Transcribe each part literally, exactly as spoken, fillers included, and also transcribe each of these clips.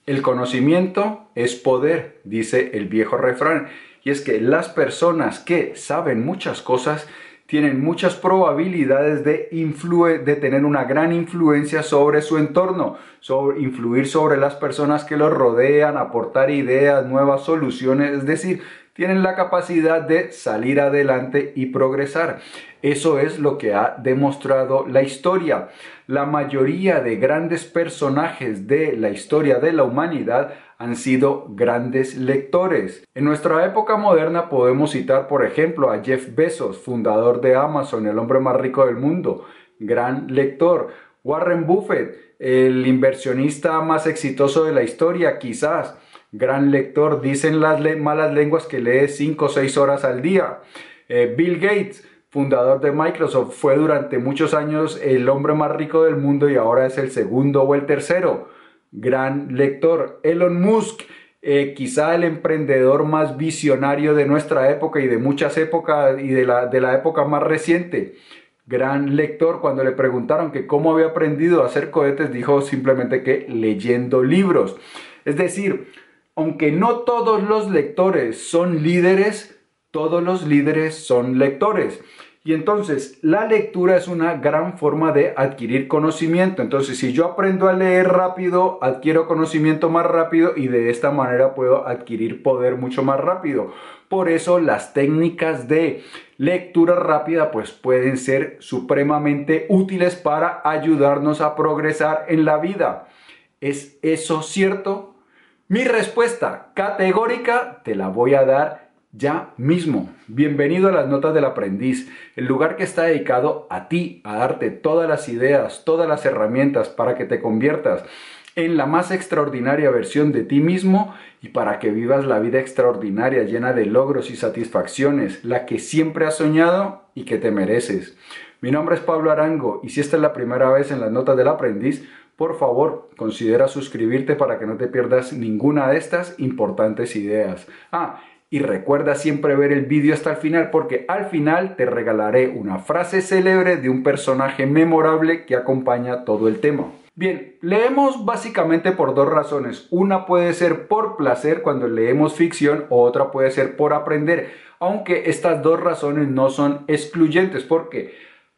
El conocimiento es poder, dice el viejo refrán, y es que las personas que saben muchas cosas tienen muchas probabilidades de, de tener una gran influencia sobre su entorno, sobre, influir sobre las personas que los rodean, aportar ideas, nuevas soluciones, es decir, tienen la capacidad de salir adelante y progresar. Eso es lo que ha demostrado la historia. La mayoría de grandes personajes de la historia de la humanidad han sido grandes lectores. En nuestra época moderna podemos citar, por ejemplo, a Jeff Bezos, fundador de Amazon, el hombre más rico del mundo, gran lector. Warren Buffett, el inversionista más exitoso de la historia, quizás, gran lector. Dicen las le- malas lenguas que lee cinco o seis horas al día. Eh, Bill Gates, fundador de Microsoft, fue durante muchos años el hombre más rico del mundo y ahora es el segundo o el tercero. Gran lector. Elon Musk, eh, quizá el emprendedor más visionario de nuestra época y de muchas épocas y de la, de la época más reciente. Gran lector. Cuando le preguntaron que cómo había aprendido a hacer cohetes, dijo simplemente que leyendo libros. Es decir, aunque no todos los lectores son líderes, todos los líderes son lectores. Y entonces la lectura es una gran forma de adquirir conocimiento. Entonces si yo aprendo a leer rápido, adquiero conocimiento más rápido y de esta manera puedo adquirir poder mucho más rápido. Por eso las técnicas de lectura rápida pues pueden ser supremamente útiles para ayudarnos a progresar en la vida. ¿Es eso cierto? Mi respuesta categórica te la voy a dar ya mismo. Bienvenido a las Notas del Aprendiz, el lugar que está dedicado a ti, a darte todas las ideas, todas las herramientas para que te conviertas en la más extraordinaria versión de ti mismo y para que vivas la vida extraordinaria, llena de logros y satisfacciones, la que siempre has soñado y que te mereces. Mi nombre es Pablo Arango y si esta es la primera vez en las Notas del Aprendiz, por favor, considera suscribirte para que no te pierdas ninguna de estas importantes ideas. Ah, y recuerda siempre ver el vídeo hasta el final porque al final te regalaré una frase célebre de un personaje memorable que acompaña todo el tema. Bien, leemos básicamente por dos razones. Una puede ser por placer cuando leemos ficción o otra puede ser por aprender, aunque estas dos razones no son excluyentes porque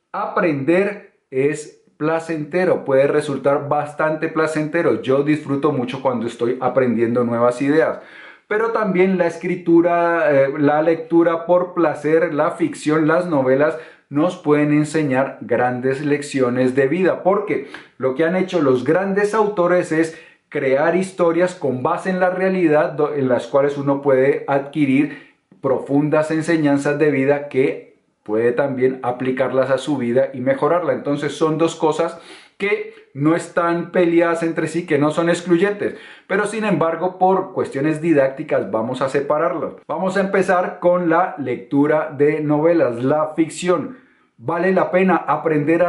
aprender es placentero, puede resultar bastante placentero. Yo disfruto mucho cuando estoy aprendiendo nuevas ideas. Pero también la escritura, eh, la lectura por placer, la ficción, las novelas nos pueden enseñar grandes lecciones de vida, porque lo que han hecho los grandes autores es crear historias con base en la realidad en las cuales uno puede adquirir profundas enseñanzas de vida que puede también aplicarlas a su vida y mejorarla. Entonces son dos cosas que no están peleadas entre sí, que no son excluyentes, pero sin embargo por cuestiones didácticas vamos a separarlos. Vamos a empezar con la lectura de novelas, la ficción. ¿Vale la pena aprender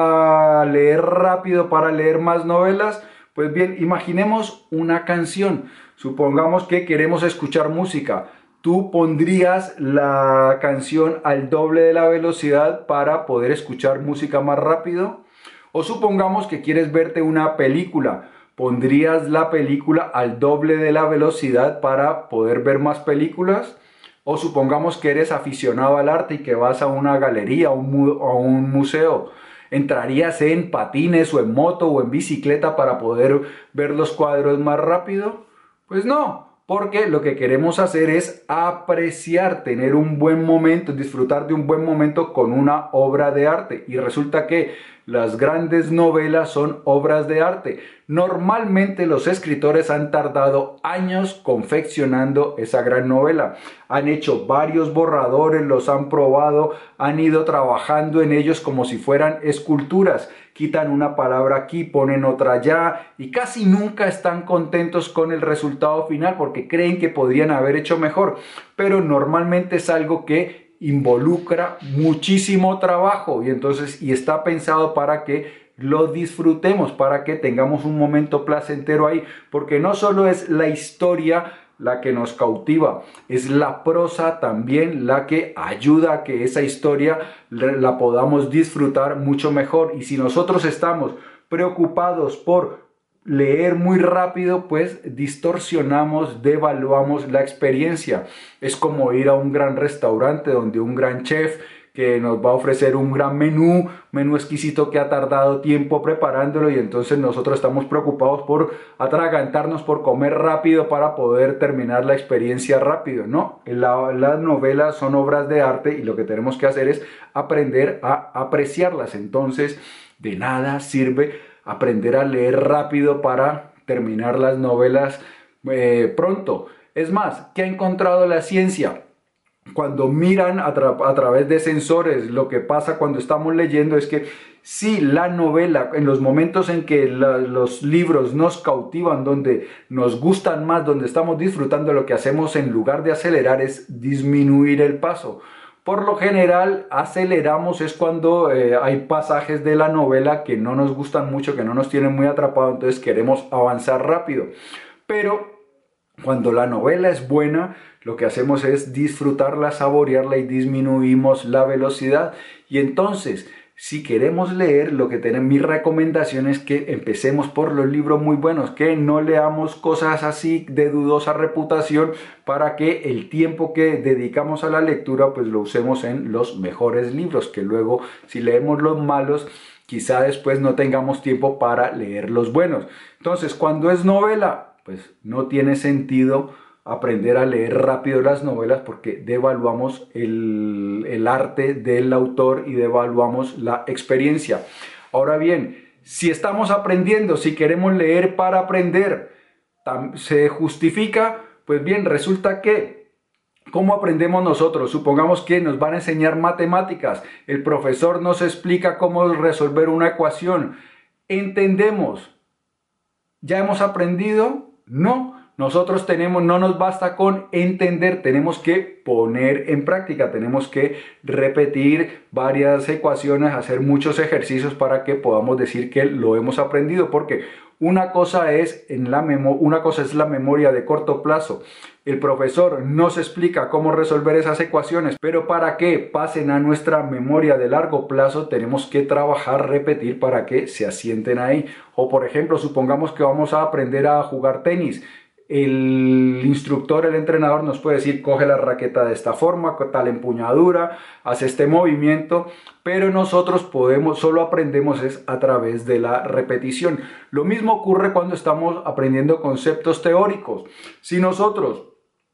a leer rápido para leer más novelas? Pues bien, imaginemos una canción. Supongamos que queremos escuchar música. ¿Tú pondrías la canción al doble de la velocidad para poder escuchar música más rápido? O supongamos que quieres verte una película, ¿pondrías la película al doble de la velocidad para poder ver más películas? O supongamos que eres aficionado al arte y que vas a una galería o a un museo, ¿entrarías en patines o en moto o en bicicleta para poder ver los cuadros más rápido? Pues no. Porque lo que queremos hacer es apreciar, tener un buen momento, disfrutar de un buen momento con una obra de arte. Y resulta que las grandes novelas son obras de arte. Normalmente los escritores han tardado años confeccionando esa gran novela. Han hecho varios borradores, los han probado, han ido trabajando en ellos como si fueran esculturas. Quitan una palabra aquí, ponen otra allá y casi nunca están contentos con el resultado final porque creen que podrían haber hecho mejor. Pero normalmente es algo que involucra muchísimo trabajo y entonces y está pensado para que lo disfrutemos, para que tengamos un momento placentero ahí, porque no solo es la historia la que nos cautiva, es la prosa también la que ayuda a que esa historia la podamos disfrutar mucho mejor. Y si nosotros estamos preocupados por leer muy rápido, pues distorsionamos, devaluamos la experiencia. Es como ir a un gran restaurante donde un gran chef que nos va a ofrecer un gran menú, menú exquisito que ha tardado tiempo preparándolo y entonces nosotros estamos preocupados por atragantarnos, por comer rápido para poder terminar la experiencia rápido. No, la, las novelas son obras de arte y lo que tenemos que hacer es aprender a apreciarlas. Entonces, de nada sirve aprender a leer rápido para terminar las novelas eh, pronto. Es más, ¿qué ha encontrado la ciencia? Cuando miran a, tra a través de sensores, lo que pasa cuando estamos leyendo es que si la novela, en los momentos en que la, los libros nos cautivan, donde nos gustan más, donde estamos disfrutando, lo que hacemos en lugar de acelerar es disminuir el paso. Por lo general, aceleramos es cuando eh, hay pasajes de la novela que no nos gustan mucho, que no nos tienen muy atrapados, entonces queremos avanzar rápido. Pero cuando la novela es buena, lo que hacemos es disfrutarla, saborearla y disminuimos la velocidad. Y entonces, si queremos leer, lo que tenemos, mi recomendación es que empecemos por los libros muy buenos, que no leamos cosas así de dudosa reputación para que el tiempo que dedicamos a la lectura pues lo usemos en los mejores libros, que luego si leemos los malos, quizá después no tengamos tiempo para leer los buenos. Entonces, cuando es novela, pues no tiene sentido aprender a leer rápido las novelas porque devaluamos el, el arte del autor y devaluamos la experiencia. Ahora bien, si estamos aprendiendo, si queremos leer para aprender, ¿se justifica? Pues bien, resulta que ¿cómo aprendemos nosotros? Supongamos que nos van a enseñar matemáticas, el profesor nos explica cómo resolver una ecuación, ¿entendemos? ¿Ya hemos aprendido? No. Nosotros tenemos, no nos basta con entender, tenemos que poner en práctica, tenemos que repetir varias ecuaciones, hacer muchos ejercicios para que podamos decir que lo hemos aprendido, porque una cosa es, en la memo, una cosa es la memoria de corto plazo. El profesor nos explica cómo resolver esas ecuaciones, pero para que pasen a nuestra memoria de largo plazo tenemos que trabajar, repetir para que se asienten ahí. O por ejemplo, supongamos que vamos a aprender a jugar tenis. El instructor, el entrenador nos puede decir, coge la raqueta de esta forma, con tal empuñadura, hace este movimiento, pero nosotros podemos, solo aprendemos es a través de la repetición. Lo mismo ocurre cuando estamos aprendiendo conceptos teóricos. Si nosotros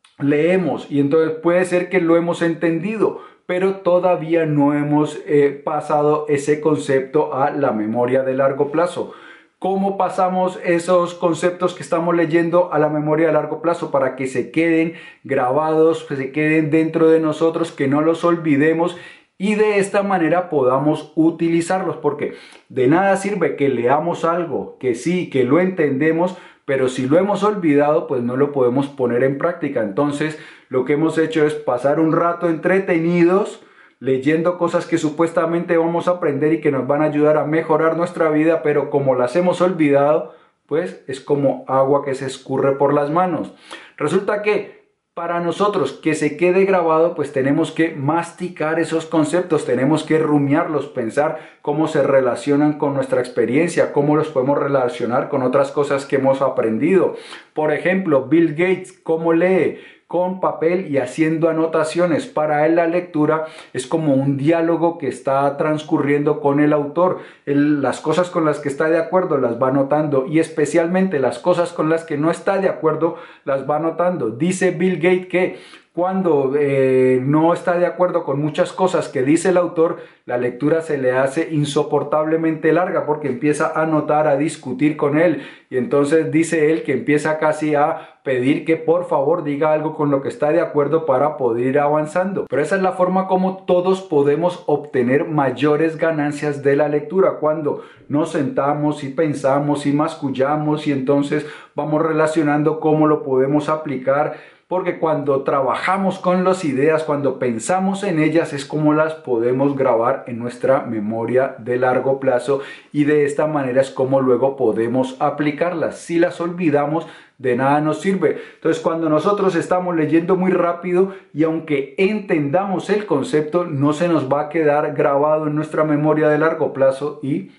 leemos y entonces puede ser que lo hemos entendido, pero todavía no hemos eh, pasado ese concepto a la memoria de largo plazo. ¿Cómo pasamos esos conceptos que estamos leyendo a la memoria de largo plazo para que se queden grabados, que se queden dentro de nosotros, que no los olvidemos y de esta manera podamos utilizarlos? Porque de nada sirve que leamos algo, que sí, que lo entendemos, pero si lo hemos olvidado, pues no lo podemos poner en práctica. Entonces, lo que hemos hecho es pasar un rato entretenidos, leyendo cosas que supuestamente vamos a aprender y que nos van a ayudar a mejorar nuestra vida, pero como las hemos olvidado, pues es como agua que se escurre por las manos. Resulta que para nosotros que se quede grabado, pues tenemos que masticar esos conceptos, tenemos que rumiarlos, pensar cómo se relacionan con nuestra experiencia, cómo los podemos relacionar con otras cosas que hemos aprendido. Por ejemplo, Bill Gates, ¿cómo lee? Con papel y haciendo anotaciones. Para él la lectura es como un diálogo que está transcurriendo con el autor. Él, las cosas con las que está de acuerdo las va anotando y especialmente las cosas con las que no está de acuerdo las va anotando. Dice Bill Gates que cuando eh, no está de acuerdo con muchas cosas que dice el autor, la lectura se le hace insoportablemente larga porque empieza a anotar, a discutir con él y entonces dice él que empieza casi a pedir que por favor diga algo con lo que está de acuerdo para poder ir avanzando. Pero esa es la forma como todos podemos obtener mayores ganancias de la lectura, cuando nos sentamos y pensamos y mascullamos y entonces vamos relacionando cómo lo podemos aplicar. Porque cuando trabajamos con las ideas, cuando pensamos en ellas, es como las podemos grabar en nuestra memoria de largo plazo y de esta manera es como luego podemos aplicarlas. Si las olvidamos, de nada nos sirve. Entonces, cuando nosotros estamos leyendo muy rápido y aunque entendamos el concepto, no se nos va a quedar grabado en nuestra memoria de largo plazo y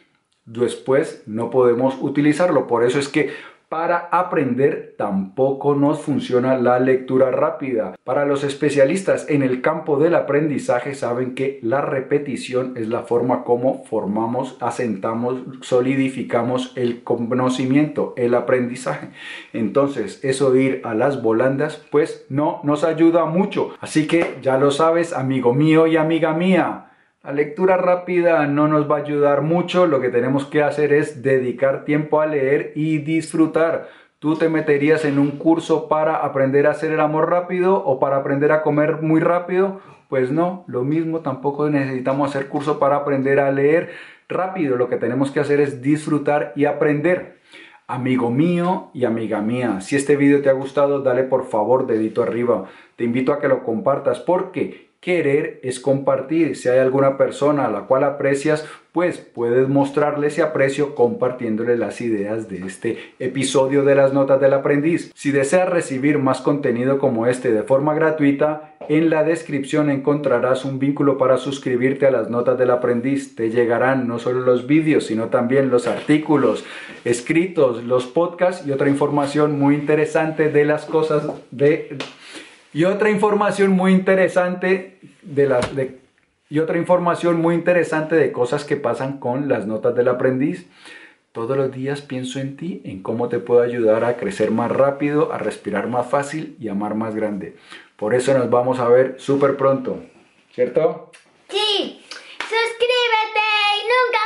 después no podemos utilizarlo. Por eso es que para aprender tampoco nos funciona la lectura rápida. Para los especialistas en el campo del aprendizaje saben que la repetición es la forma como formamos, asentamos, solidificamos el conocimiento, el aprendizaje. Entonces, eso de ir a las volandas, pues no nos ayuda mucho. Así que ya lo sabes, amigo mío y amiga mía. La lectura rápida no nos va a ayudar mucho, lo que tenemos que hacer es dedicar tiempo a leer y disfrutar. ¿Tú te meterías en un curso para aprender a hacer el amor rápido o para aprender a comer muy rápido? Pues no, lo mismo, tampoco necesitamos hacer curso para aprender a leer rápido, lo que tenemos que hacer es disfrutar y aprender. Amigo mío y amiga mía, si este video te ha gustado, dale por favor dedito arriba. Te invito a que lo compartas porque querer es compartir. Si hay alguna persona a la cual aprecias, pues puedes mostrarle ese aprecio compartiéndole las ideas de este episodio de las Notas del Aprendiz. Si deseas recibir más contenido como este de forma gratuita, en la descripción encontrarás un vínculo para suscribirte a las Notas del Aprendiz. Te llegarán no solo los vídeos, sino también los artículos escritos, los podcasts y otra información muy interesante de las cosas de... Y otra información muy interesante de las de, y otra información muy interesante de cosas que pasan con las Notas del Aprendiz. Todos los días pienso en ti, en cómo te puedo ayudar a crecer más rápido, a respirar más fácil y amar más grande. Por eso nos vamos a ver súper pronto, ¿cierto? Sí, suscríbete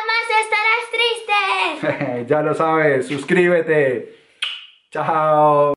y nunca más estarás triste. Ya lo sabes, suscríbete. Chao.